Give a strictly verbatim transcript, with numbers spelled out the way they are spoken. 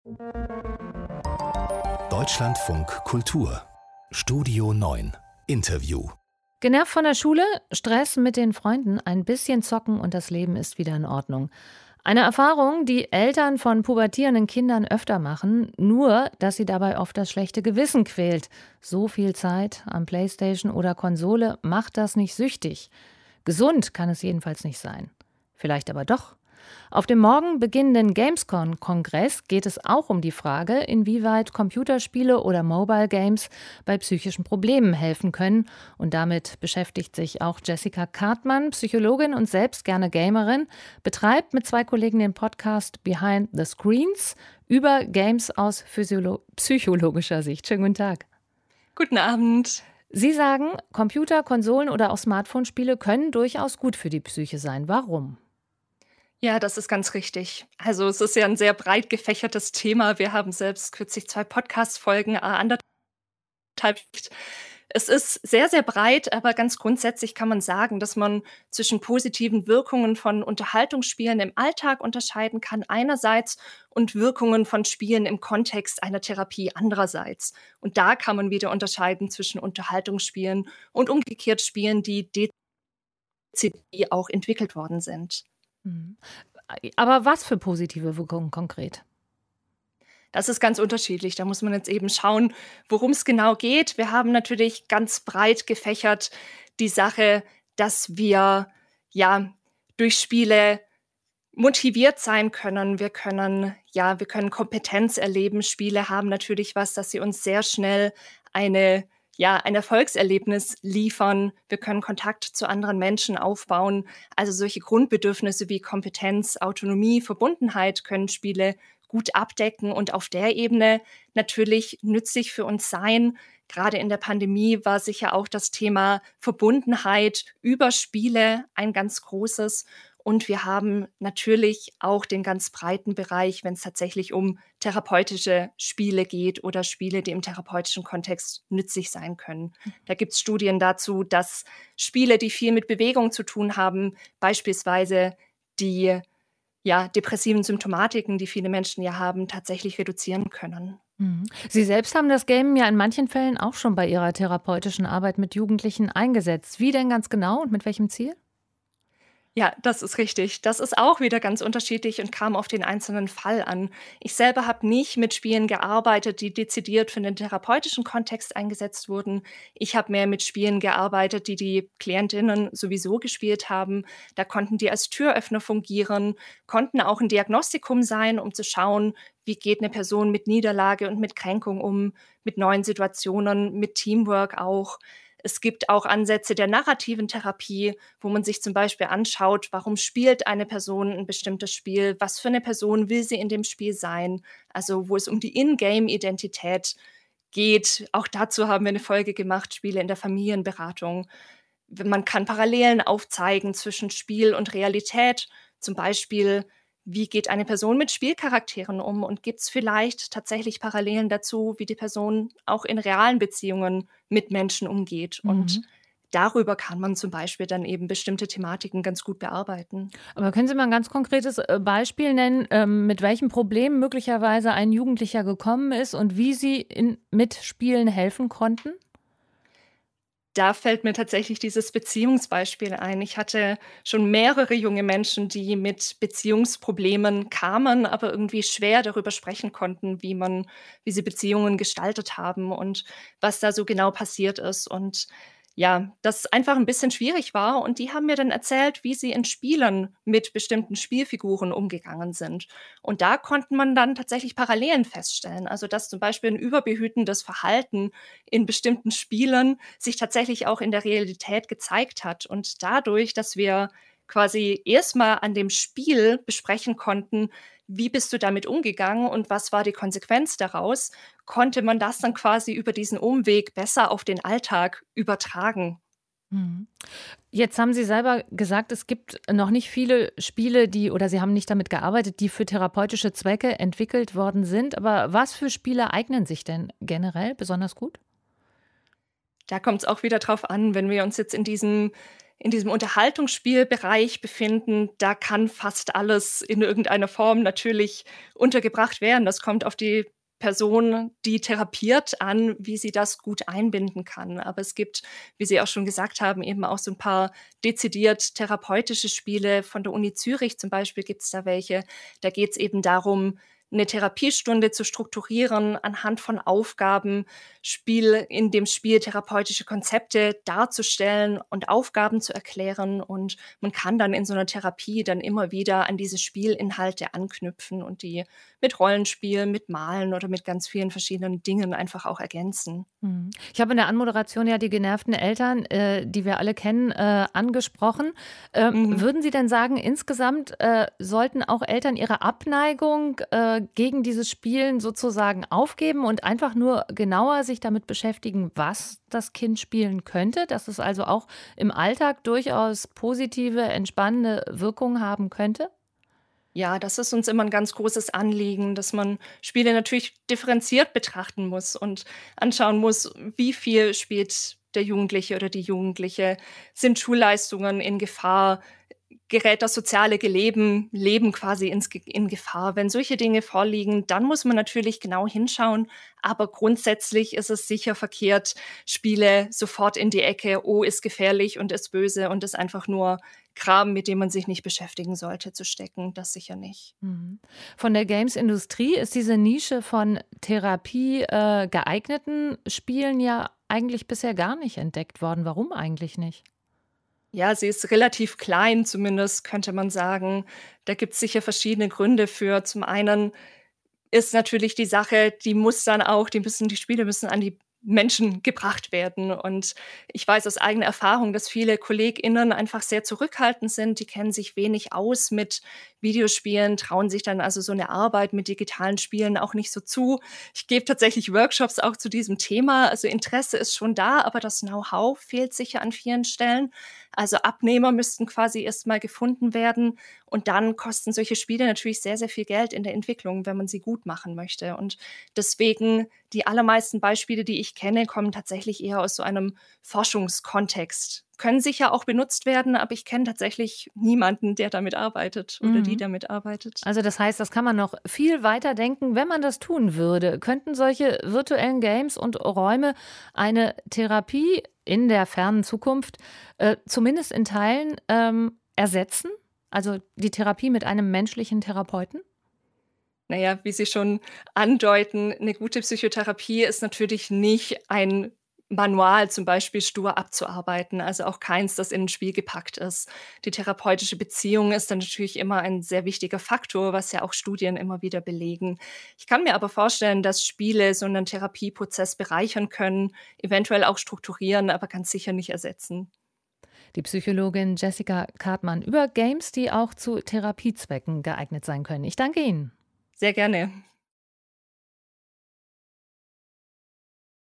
Deutschlandfunk Kultur Studio neun Interview. Genervt von der Schule, Stress mit den Freunden, ein bisschen zocken und das Leben ist wieder in Ordnung. Eine Erfahrung, die Eltern von pubertierenden Kindern öfter machen, nur dass sie dabei oft das schlechte Gewissen quält. So viel Zeit am Playstation oder Konsole macht das nicht süchtig. Gesund kann es jedenfalls nicht sein. Vielleicht aber doch. Auf dem morgen beginnenden Gamescom-Kongress geht es auch um die Frage, inwieweit Computerspiele oder Mobile Games bei psychischen Problemen helfen können. Und damit beschäftigt sich auch Jessica Kartmann, Psychologin und selbst gerne Gamerin, betreibt mit zwei Kollegen den Podcast Behind the Screens über Games aus physiolo- psychologischer Sicht. Schönen guten Tag. Guten Abend. Sie sagen, Computer, Konsolen oder auch Smartphone-Spiele können durchaus gut für die Psyche sein. Warum? Ja, das ist ganz richtig. Also es ist ja ein sehr breit gefächertes Thema. Wir haben selbst kürzlich zwei Podcast-Folgen, äh, anderthalb. Es ist sehr, sehr breit, aber ganz grundsätzlich kann man sagen, dass man zwischen positiven Wirkungen von Unterhaltungsspielen im Alltag unterscheiden kann einerseits und Wirkungen von Spielen im Kontext einer Therapie andererseits. Und da kann man wieder unterscheiden zwischen Unterhaltungsspielen und umgekehrt Spielen, die dezidiert auch entwickelt worden sind. Aber was für positive Wirkungen konkret? Das ist ganz unterschiedlich. Da muss man jetzt eben schauen, worum es genau geht. Wir haben natürlich ganz breit gefächert die Sache, dass wir ja durch Spiele motiviert sein können. Wir können ja, wir können Kompetenz erleben. Spiele haben natürlich was, dass sie uns sehr schnell eine ja, ein Erfolgserlebnis liefern. Wir können Kontakt zu anderen Menschen aufbauen. Also solche Grundbedürfnisse wie Kompetenz, Autonomie, Verbundenheit können Spiele gut abdecken und auf der Ebene natürlich nützlich für uns sein. Gerade in der Pandemie war sicher auch das Thema Verbundenheit über Spiele ein ganz großes. Und wir haben natürlich auch den ganz breiten Bereich, wenn es tatsächlich um therapeutische Spiele geht oder Spiele, die im therapeutischen Kontext nützlich sein können. Da gibt es Studien dazu, dass Spiele, die viel mit Bewegung zu tun haben, beispielsweise die ja, depressiven Symptomatiken, die viele Menschen ja haben, tatsächlich reduzieren können. Sie selbst haben das Gamen ja in manchen Fällen auch schon bei Ihrer therapeutischen Arbeit mit Jugendlichen eingesetzt. Wie denn ganz genau und mit welchem Ziel? Ja, das ist richtig. Das ist auch wieder ganz unterschiedlich und kam auf den einzelnen Fall an. Ich selber habe nicht mit Spielen gearbeitet, die dezidiert für den therapeutischen Kontext eingesetzt wurden. Ich habe mehr mit Spielen gearbeitet, die die Klientinnen sowieso gespielt haben. Da konnten die als Türöffner fungieren, konnten auch ein Diagnostikum sein, um zu schauen, wie geht eine Person mit Niederlage und mit Kränkung um, mit neuen Situationen, mit Teamwork auch. Es gibt auch Ansätze der narrativen Therapie, wo man sich zum Beispiel anschaut, warum spielt eine Person ein bestimmtes Spiel, was für eine Person will sie in dem Spiel sein, also wo es um die In-Game-Identität geht. Auch dazu haben wir eine Folge gemacht, Spiele in der Familienberatung. Man kann Parallelen aufzeigen zwischen Spiel und Realität, zum Beispiel, wie geht eine Person mit Spielcharakteren um und gibt es vielleicht tatsächlich Parallelen dazu, wie die Person auch in realen Beziehungen mit Menschen umgeht. Mhm. Und darüber kann man zum Beispiel dann eben bestimmte Thematiken ganz gut bearbeiten. Aber können Sie mal ein ganz konkretes äh, Beispiel nennen, ähm, mit welchem Problem möglicherweise ein Jugendlicher gekommen ist und wie Sie in, mit Spielen helfen konnten? Da fällt mir tatsächlich dieses Beziehungsbeispiel ein. Ich hatte schon mehrere junge Menschen, die mit Beziehungsproblemen kamen, aber irgendwie schwer darüber sprechen konnten, wie man, wie sie Beziehungen gestaltet haben und was da so genau passiert ist. Und ja, das einfach ein bisschen schwierig war. Und die haben mir dann erzählt, wie sie in Spielen mit bestimmten Spielfiguren umgegangen sind. Und da konnte man dann tatsächlich Parallelen feststellen. Also dass zum Beispiel ein überbehütendes Verhalten in bestimmten Spielen sich tatsächlich auch in der Realität gezeigt hat. Und dadurch, dass wir quasi erstmal an dem Spiel besprechen konnten, wie bist du damit umgegangen und was war die Konsequenz daraus, konnte man das dann quasi über diesen Umweg besser auf den Alltag übertragen. Mhm. Jetzt haben Sie selber gesagt, es gibt noch nicht viele Spiele, die, oder Sie haben nicht damit gearbeitet, die für therapeutische Zwecke entwickelt worden sind. Aber was für Spiele eignen sich denn generell besonders gut? Da kommt es auch wieder drauf an, wenn wir uns jetzt in diesem in diesem Unterhaltungsspielbereich befinden, da kann fast alles in irgendeiner Form natürlich untergebracht werden. Das kommt auf die Person, die therapiert, an, wie sie das gut einbinden kann. Aber es gibt, wie Sie auch schon gesagt haben, eben auch so ein paar dezidiert therapeutische Spiele. Von der Uni Zürich zum Beispiel gibt es da welche. Da geht es eben darum, eine Therapiestunde zu strukturieren anhand von Aufgaben, Spiel in dem Spiel therapeutische Konzepte darzustellen und Aufgaben zu erklären. Und man kann dann in so einer Therapie dann immer wieder an diese Spielinhalte anknüpfen und die mit Rollenspiel, mit Malen oder mit ganz vielen verschiedenen Dingen einfach auch ergänzen. Mhm. Ich habe in der Anmoderation ja die genervten Eltern, äh, die wir alle kennen, äh, angesprochen. Äh, Mhm. Würden Sie denn sagen, insgesamt äh, sollten auch Eltern ihre Abneigung äh, gegen dieses Spielen sozusagen aufgeben und einfach nur genauer sich damit beschäftigen, was das Kind spielen könnte, dass es also auch im Alltag durchaus positive, entspannende Wirkung haben könnte? Ja, das ist uns immer ein ganz großes Anliegen, dass man Spiele natürlich differenziert betrachten muss und anschauen muss, wie viel spielt der Jugendliche oder die Jugendliche? Sind Schulleistungen in Gefahr? Gerät das soziale Geleben Leben quasi ins Ge in Gefahr? Wenn solche Dinge vorliegen, dann muss man natürlich genau hinschauen, aber grundsätzlich ist es sicher verkehrt, Spiele sofort in die Ecke: „Oh, ist gefährlich und ist böse und ist einfach nur Kram, mit dem man sich nicht beschäftigen sollte“, zu stecken. Das sicher nicht. Mhm. Von der Games-Industrie ist diese Nische von Therapie äh, geeigneten Spielen ja eigentlich bisher gar nicht entdeckt worden. Warum eigentlich nicht? Ja, sie ist relativ klein, zumindest könnte man sagen. Da gibt's sicher verschiedene Gründe für. Zum einen ist natürlich die Sache, die muss dann auch die müssen die Spiele müssen an die Menschen gebracht werden. Und ich weiß aus eigener Erfahrung, dass viele KollegInnen einfach sehr zurückhaltend sind. Die kennen sich wenig aus mit Videospielen, trauen sich dann also so eine Arbeit mit digitalen Spielen auch nicht so zu. Ich gebe tatsächlich Workshops auch zu diesem Thema. Also Interesse ist schon da, aber das Know-how fehlt sicher an vielen Stellen. Also Abnehmer müssten quasi erst mal gefunden werden und dann kosten solche Spiele natürlich sehr, sehr viel Geld in der Entwicklung, wenn man sie gut machen möchte. Und deswegen die allermeisten Beispiele, die ich kenne, kommen tatsächlich eher aus so einem Forschungskontext. Können sicher auch benutzt werden, aber ich kenne tatsächlich niemanden, der damit arbeitet oder die Mhm. damit arbeitet. Also das heißt, das kann man noch viel weiter denken, wenn man das tun würde. Könnten solche virtuellen Games und Räume eine Therapie in der fernen Zukunft äh, zumindest in Teilen ähm, ersetzen? Also die Therapie mit einem menschlichen Therapeuten? Na ja, wie Sie schon andeuten, 'ne gute Psychotherapie ist natürlich nicht ein Manual zum Beispiel stur abzuarbeiten, also auch keins, das in 'n Spiel gepackt ist. Die therapeutische Beziehung ist dann natürlich immer ein sehr wichtiger Faktor, was ja auch Studien immer wieder belegen. Ich kann mir aber vorstellen, dass Spiele so 'nen Therapieprozess bereichern können, eventuell auch strukturieren, aber ganz sicher nicht ersetzen. Die Psychologin Jessica Kartmann über Games, die auch zu Therapiezwecken geeignet sein können. Ich danke Ihnen. Sehr gerne.